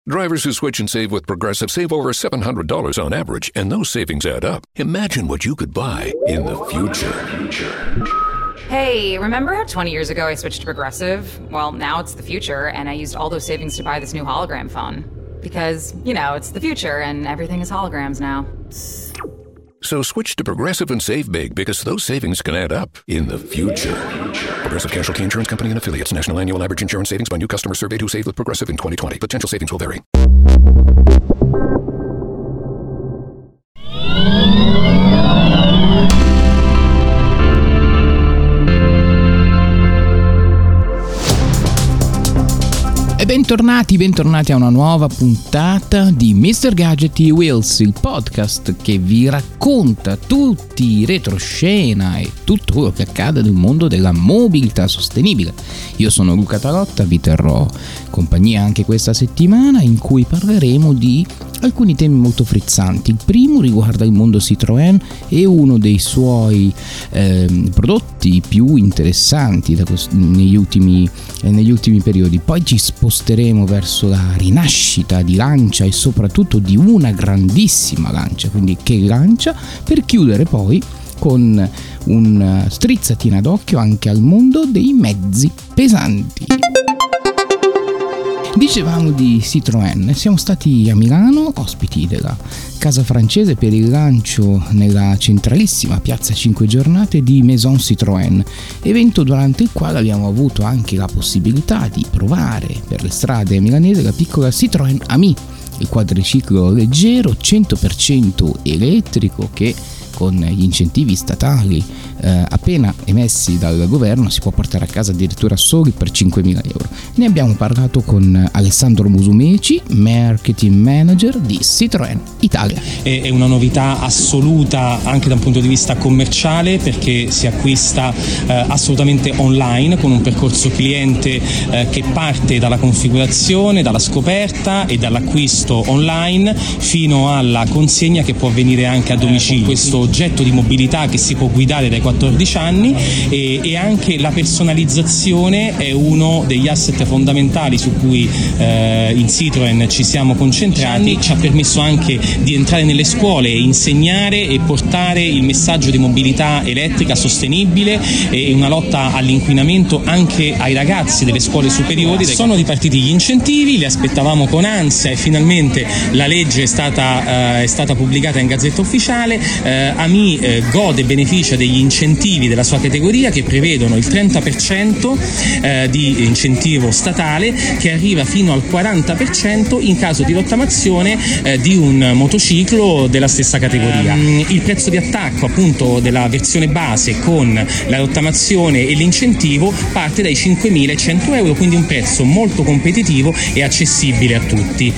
Drivers who switch and save with Progressive save over $700 on average, and those savings add up. Imagine what you could buy in the future. Hey, remember how 20 years ago I switched to Progressive? Well, now it's the future, and I used all those savings to buy this new hologram phone. Because, you know, it's the future, and everything is holograms now. So switch to Progressive and save big, because those savings can add up in the future. Progressive Casualty Insurance Company and Affiliates. National annual average insurance savings by new customer surveyed who saved with Progressive in 2020. Potential savings will vary. E bentornati a una nuova puntata di Mr. Gadget Wheels, il podcast che vi racconta tutti i retroscena e tutto quello che accade nel mondo della mobilità sostenibile. Io sono Luca Tarotta, vi terrò compagnia anche questa settimana, in cui parleremo di alcuni temi molto frizzanti. Il primo riguarda il mondo Citroën e uno dei suoi prodotti più interessanti negli ultimi periodi. Poi ci sposteremo verso la rinascita di Lancia e soprattutto di una grandissima Lancia, quindi che Lancia, per chiudere poi con una strizzatina d'occhio anche al mondo dei mezzi pesanti. Dicevamo di Citroën, siamo stati a Milano, ospiti della casa francese per il lancio nella centralissima piazza 5 giornate di Maison Citroën, evento durante il quale abbiamo avuto anche la possibilità di provare per le strade milanesi la piccola Citroën Ami, il quadriciclo leggero 100% elettrico che con gli incentivi statali appena emessi dal governo si può portare a casa addirittura soli per 5.000 euro. Ne abbiamo parlato con Alessandro Musumeci, marketing manager di Citroën Italia. È una novità assoluta anche da un punto di vista commerciale, perché si acquista assolutamente online con un percorso cliente che parte dalla configurazione, dalla scoperta e dall'acquisto online fino alla consegna che può avvenire anche a domicilio. Questo oggetto di mobilità che si può guidare dai 14 anni e anche la personalizzazione è uno degli asset fondamentali su cui in Citroën ci siamo concentrati. Ci ha permesso anche di entrare nelle scuole e insegnare e portare il messaggio di mobilità elettrica sostenibile e una lotta all'inquinamento anche ai ragazzi delle scuole superiori. Sono ripartiti gli incentivi, li aspettavamo con ansia e finalmente la legge è stata pubblicata in Gazzetta Ufficiale. Ami gode e beneficia degli incentivi della sua categoria, che prevedono il 30% di incentivo statale, che arriva fino al 40% in caso di rottamazione di un motociclo della stessa categoria. Il prezzo di attacco appunto della versione base con la rottamazione e l'incentivo parte dai 5.100 euro, quindi un prezzo molto competitivo e accessibile a tutti.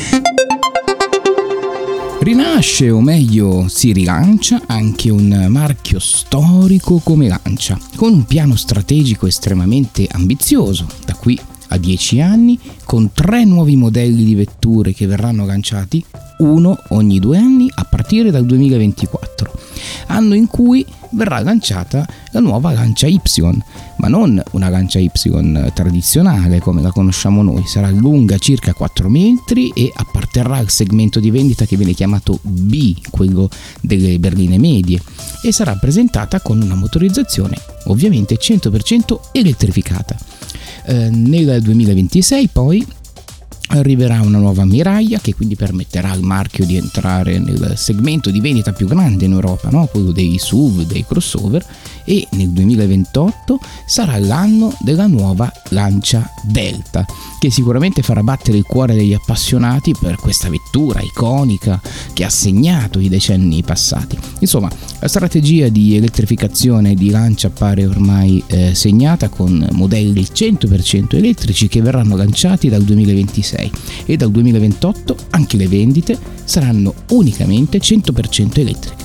Rinasce, o meglio si rilancia, anche un marchio storico come Lancia, con un piano strategico estremamente ambizioso, da qui a 10 anni, con 3 nuovi modelli di vetture che verranno lanciati, uno ogni 2 anni a partire dal 2024, anno in cui verrà lanciata la nuova Lancia Y, ma non una Lancia Y tradizionale come la conosciamo noi. Sarà lunga circa 4 metri e apparterrà al segmento di vendita che viene chiamato B, quello delle berline medie, e sarà presentata con una motorizzazione ovviamente 100% elettrificata. Nel 2026 poi arriverà una nuova Miraglia, che quindi permetterà al marchio di entrare nel segmento di vendita più grande in Europa, no? Quello dei SUV, dei crossover, e nel 2028 sarà l'anno della nuova Lancia Delta, che sicuramente farà battere il cuore degli appassionati per questa vettura iconica che ha segnato i decenni passati. Insomma, la strategia di elettrificazione di Lancia appare ormai segnata, con modelli 100% elettrici che verranno lanciati dal 2026, e dal 2028 anche le vendite saranno unicamente 100% elettriche.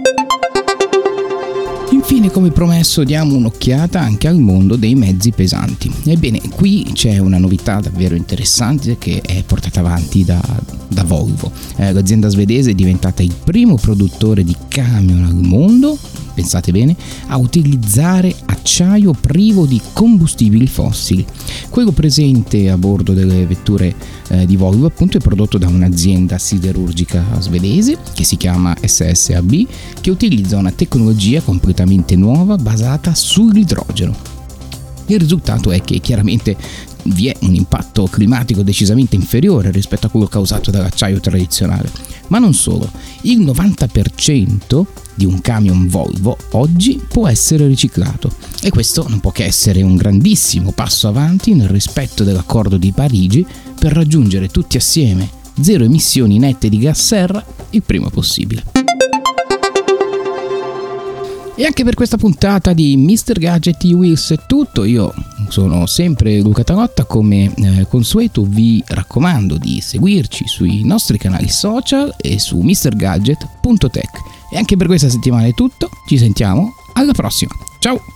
Infine, come promesso, diamo un'occhiata anche al mondo dei mezzi pesanti. Ebbene, qui c'è una novità davvero interessante che è portata avanti da Volvo. L'azienda svedese è diventata il primo produttore di camion al mondo pensate bene, a utilizzare acciaio privo di combustibili fossili. Quello presente a bordo delle vetture di Volvo appunto è prodotto da un'azienda siderurgica svedese che si chiama SSAB, che utilizza una tecnologia completamente nuova basata sull'idrogeno. Il risultato è che chiaramente vi è un impatto climatico decisamente inferiore rispetto a quello causato dall'acciaio tradizionale, ma non solo, il 90% di un camion Volvo oggi può essere riciclato e questo non può che essere un grandissimo passo avanti nel rispetto dell'accordo di Parigi per raggiungere tutti assieme zero emissioni nette di gas serra il prima possibile. E anche per questa puntata di Mr. Gadget Wheels è tutto. Io sono sempre Luca Tanotta, come consueto vi raccomando di seguirci sui nostri canali social e su mrgadget.tech. E anche per questa settimana è tutto, ci sentiamo alla prossima, ciao!